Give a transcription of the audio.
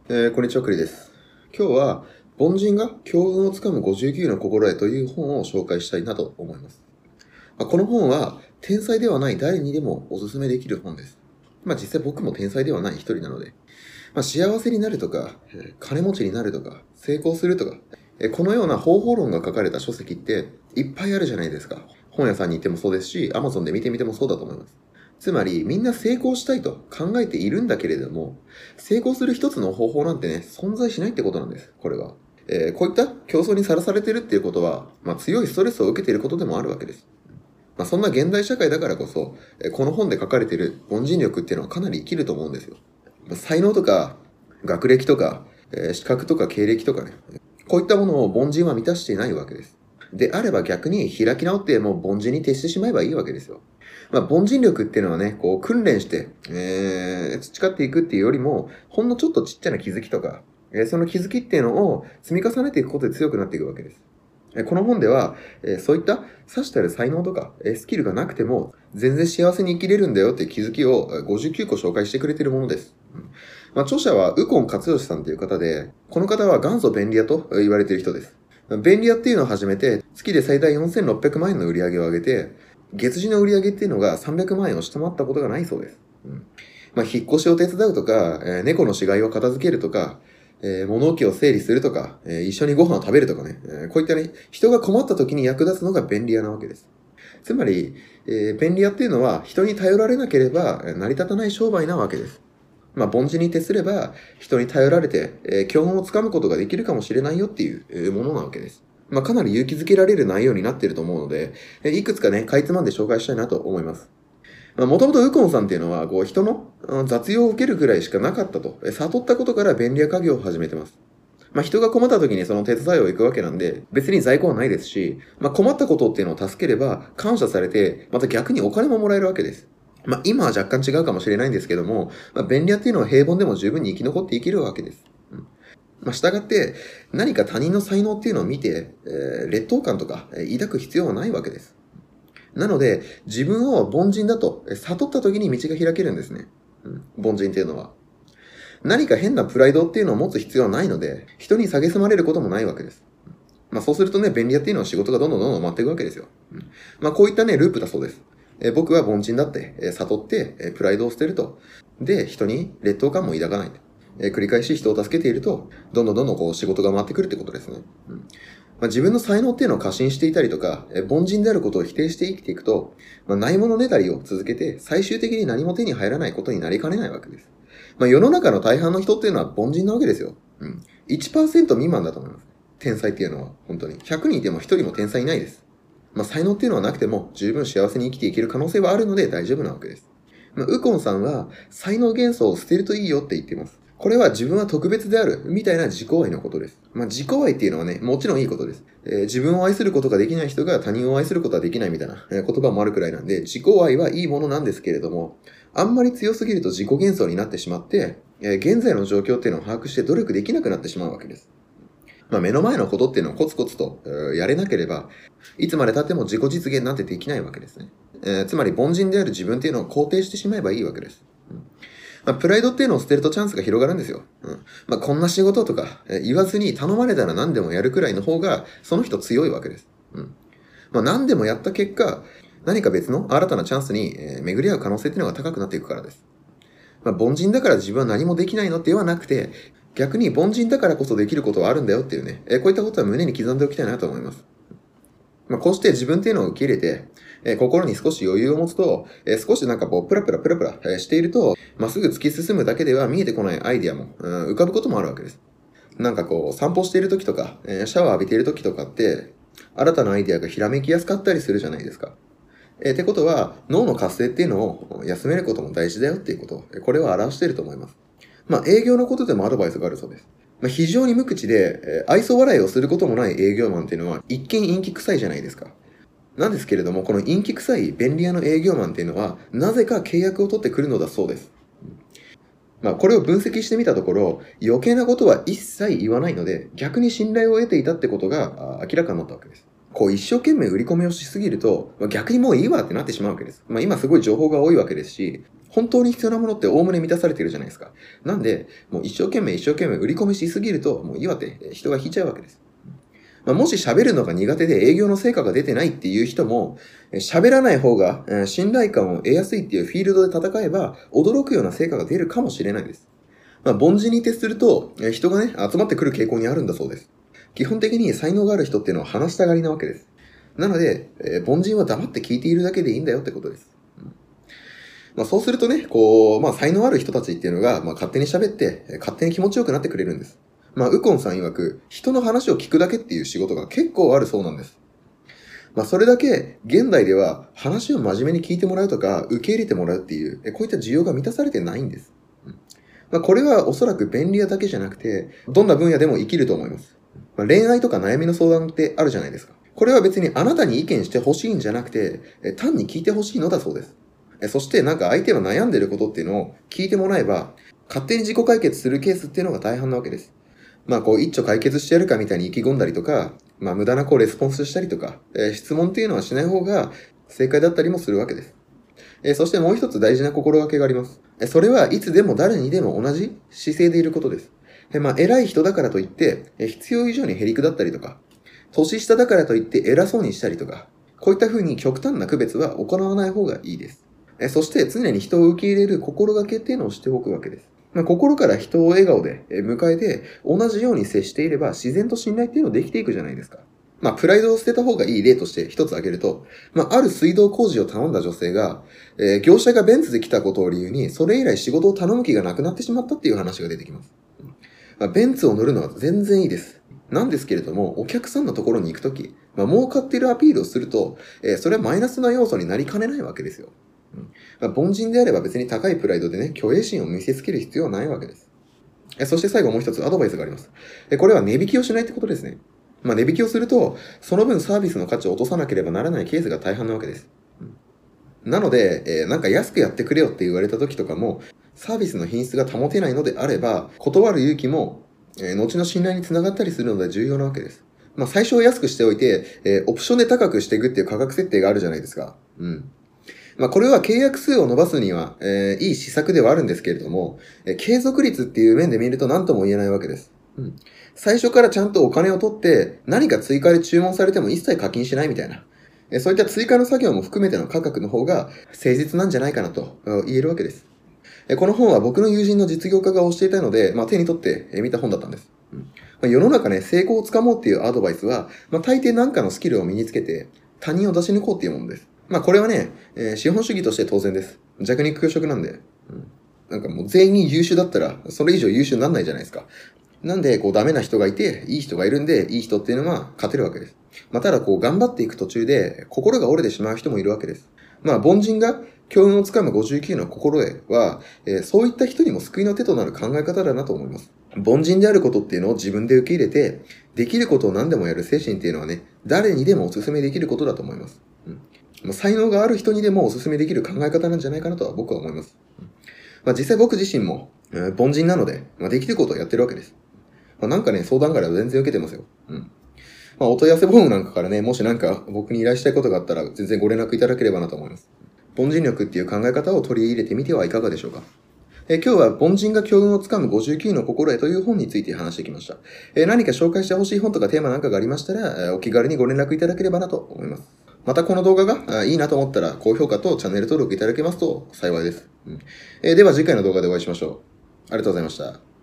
こんにちは、クリです。今日は、凡人が強運をつかむ59の心得という本を紹介したいなと思います。この本は、天才ではない誰にでもおすすめできる本です。実際僕も天才ではない一人なので、幸せになるとか、金持ちになるとか、成功するとか、このような方法論が書かれた書籍っていっぱいあるじゃないですか。本屋さんに行ってもそうですし、Amazon で見てみてもそうだと思います。つまり、みんな成功したいと考えているんだけれども、成功する一つの方法なんてね、存在しないってことなんです、これは。こういった競争にさらされてるっていうことは、強いストレスを受けていることでもあるわけです。そんな現代社会だからこそ、この本で書かれている凡人力っていうのはかなり生きると思うんですよ。才能とか、学歴とか、資格とか経歴とかね、こういったものを凡人は満たしていないわけです。であれば逆に開き直ってもう凡人に徹してしまえばいいわけですよ。凡人力っていうのはね、こう訓練して、培っていくっていうよりも、ほんのちょっとちっちゃな気づきとか、その気づきっていうのを積み重ねていくことで強くなっていくわけです。この本では、そういったさしたる才能とか、スキルがなくても、全然幸せに生きれるんだよっていう気づきを59個紹介してくれているものです。著者は右近勝義さんという方で、この方は元祖便利屋と言われている人です。便利屋っていうのを始めて、月で最大4600万円の売り上げを上げて、月次の売り上げっていうのが300万円を下回ったことがないそうです。引っ越しを手伝うとか、猫の死骸を片付けるとか、物置を整理するとか、一緒にご飯を食べるとかね、こういったね、人が困った時に役立つのが便利屋なわけです。つまり、便利屋っていうのは人に頼られなければ成り立たない商売なわけです。凡人に徹すれば人に頼られて、強運をつかむことができるかもしれないよっていうものなわけです。かなり勇気づけられる内容になっていると思うので、いくつかね、かいつまんで紹介したいなと思います。もともとウコンさんっていうのは、人の雑用を受けるくらいしかなかったと、悟ったことから便利屋家業を始めてます。人が困った時にその手伝いを行くわけなんで、別に在庫はないですし、困ったことっていうのを助ければ感謝されて、また逆にお金ももらえるわけです。今は若干違うかもしれないんですけども、便利屋っていうのは平凡でも十分に生き残って生きるわけです。従って、何か他人の才能っていうのを見て、劣等感とか抱く必要はないわけです。なので、自分を凡人だと悟った時に道が開けるんですね。凡人っていうのは。何か変なプライドっていうのを持つ必要はないので、人に蔑まれることもないわけです。そうするとね、便利屋っていうのは仕事がどんどんどんどん回っていくわけですよ。こういったね、ループだそうです。僕は凡人だって、悟って、プライドを捨てると。で、人に劣等感も抱かない。繰り返し人を助けていると、どんどんどんどんこう仕事が回ってくるってことですね。自分の才能っていうのを過信していたりとか、凡人であることを否定して生きていくと、ないものねだりを続けて、最終的に何も手に入らないことになりかねないわけです。世の中の大半の人っていうのは凡人なわけですよ。1% 未満だと思います。天才っていうのは、本当に。100人いても1人も天才いないです。才能っていうのはなくても、十分幸せに生きていける可能性はあるので大丈夫なわけです。ウコンさんは、才能元素を捨てるといいよって言っています。これは自分は特別である、みたいな自己愛のことです。自己愛っていうのはね、もちろんいいことです。自分を愛することができない人が他人を愛することはできないみたいな、言葉もあるくらいなんで、自己愛はいいものなんですけれども、あんまり強すぎると自己幻想になってしまって、現在の状況っていうのを把握して努力できなくなってしまうわけです。目の前のことっていうのをコツコツとやれなければ、いつまで経っても自己実現なんてできないわけですね。つまり凡人である自分っていうのを肯定してしまえばいいわけです。プライドっていうのを捨てるとチャンスが広がるんですよ。こんな仕事とか言わずに頼まれたら何でもやるくらいの方が、その人強いわけです。何でもやった結果、何か別の新たなチャンスに巡り合う可能性っていうのが高くなっていくからです。凡人だから自分は何もできないのってではなくて、逆に凡人だからこそできることはあるんだよっていうね、こういったことは胸に刻んでおきたいなと思います。こうして自分っていうのを受け入れて、心に少し余裕を持つと、少しなんかこう、プラプラプラプラしていると、まっすぐ突き進むだけでは見えてこないアイディアも、浮かぶこともあるわけです。なんかこう、散歩している時とか、シャワー浴びている時とかって、新たなアイディアがひらめきやすかったりするじゃないですか。ってことは、脳の活性っていうのを休めることも大事だよっていうこと、これを表していると思います。営業のことでもアドバイスがあるそうです。非常に無口で、愛想笑いをすることもない営業マンっていうのは、一見陰気臭いじゃないですか。なんですけれども、この陰気臭い便利屋の営業マンっていうのは、なぜか契約を取ってくるのだそうです。これを分析してみたところ、余計なことは一切言わないので、逆に信頼を得ていたってことが明らかになったわけです。一生懸命売り込みをしすぎると、逆にもういいわってなってしまうわけです。今すごい情報が多いわけですし、 本当に必要なものって概ね満たされてるじゃないですか。なんで、もう一生懸命売り込みしすぎると、もう岩手、人が引いちゃうわけです。もし喋るのが苦手で営業の成果が出てないっていう人も、喋らない方が信頼感を得やすいっていうフィールドで戦えば、驚くような成果が出るかもしれないです。凡人に徹すると、人がね、集まってくる傾向にあるんだそうです。基本的に才能がある人っていうのは話したがりなわけです。なので、凡人は黙って聞いているだけでいいんだよってことです。そうするとね、才能ある人たちっていうのが、勝手に喋って、勝手に気持ちよくなってくれるんです。ウコンさん曰く、人の話を聞くだけっていう仕事が結構あるそうなんです。それだけ、現代では話を真面目に聞いてもらうとか、受け入れてもらうっていう、こういった需要が満たされてないんです。これはおそらく便利屋だけじゃなくて、どんな分野でも生きると思います。恋愛とか悩みの相談ってあるじゃないですか。これは別にあなたに意見してほしいんじゃなくて、単に聞いてほしいのだそうです。そして相手が悩んでることっていうのを聞いてもらえば、勝手に自己解決するケースっていうのが大半なわけです。一丁解決してやるかみたいに意気込んだりとか、無駄なレスポンスしたりとか、質問っていうのはしない方が正解だったりもするわけです。そしてもう一つ大事な心がけがあります。それはいつでも誰にでも同じ姿勢でいることです。偉い人だからといって、必要以上にへりくだったりとか、年下だからといって偉そうにしたりとか、こういった風に極端な区別は行わない方がいいです。そして常に人を受け入れる心がけっていうのをしておくわけです。心から人を笑顔で迎えて同じように接していれば自然と信頼っていうのができていくじゃないですか。プライドを捨てた方がいい例として一つ挙げると、ある水道工事を頼んだ女性が、業者がベンツで来たことを理由に、それ以来仕事を頼む気がなくなってしまったっていう話が出てきます。ベンツを乗るのは全然いいです。なんですけれども、お客さんのところに行くとき、儲かっているアピールをすると、それはマイナスな要素になりかねないわけですよ。凡人であれば別に高いプライドでね、虚栄心を見せつける必要はないわけです。そして最後もう一つアドバイスがあります。これは値引きをしないってことですね。値引きをすると、その分サービスの価値を落とさなければならないケースが大半なわけです。なので、安くやってくれよって言われた時とかも、サービスの品質が保てないのであれば、断る勇気も、後の信頼につながったりするので重要なわけです。最初は安くしておいて、オプションで高くしていくっていう価格設定があるじゃないですか。これは契約数を伸ばすには、いい施策ではあるんですけれども、継続率っていう面で見ると何とも言えないわけです。最初からちゃんとお金を取って、何か追加で注文されても一切課金しないみたいな。そういった追加の作業も含めての価格の方が誠実なんじゃないかなと言えるわけです。この本は僕の友人の実業家が教えたので、手に取って見た本だったんです。世の中ね、成功をつかもうっていうアドバイスは、大抵何かのスキルを身につけて他人を出し抜こうっていうものです。これはね、資本主義として当然です。弱肉強食なんで。もう全員優秀だったら、それ以上優秀にならないじゃないですか。なんで、ダメな人がいて、いい人がいるんで、いい人っていうのは勝てるわけです。ただ、頑張っていく途中で、心が折れてしまう人もいるわけです。凡人が強運をつかむ59の心得は、そういった人にも救いの手となる考え方だなと思います。凡人であることっていうのを自分で受け入れて、できることを何でもやる精神っていうのはね、誰にでもお勧めできることだと思います。才能がある人にでもお勧めできる考え方なんじゃないかなとは僕は思います。実際僕自身も、凡人なので、できることをやってるわけです。相談から全然受けてますよ。お問い合わせフォームなんかからね、もし僕に依頼したいことがあったら、全然ご連絡いただければなと思います。凡人力っていう考え方を取り入れてみてはいかがでしょうか。今日は凡人が強運をつかむ59の心得という本について話してきました。何か紹介してほしい本とかテーマなんかがありましたら、お気軽にご連絡いただければなと思います。またこの動画がいいなと思ったら、高評価とチャンネル登録いただけますと幸いです。では次回の動画でお会いしましょう。ありがとうございました。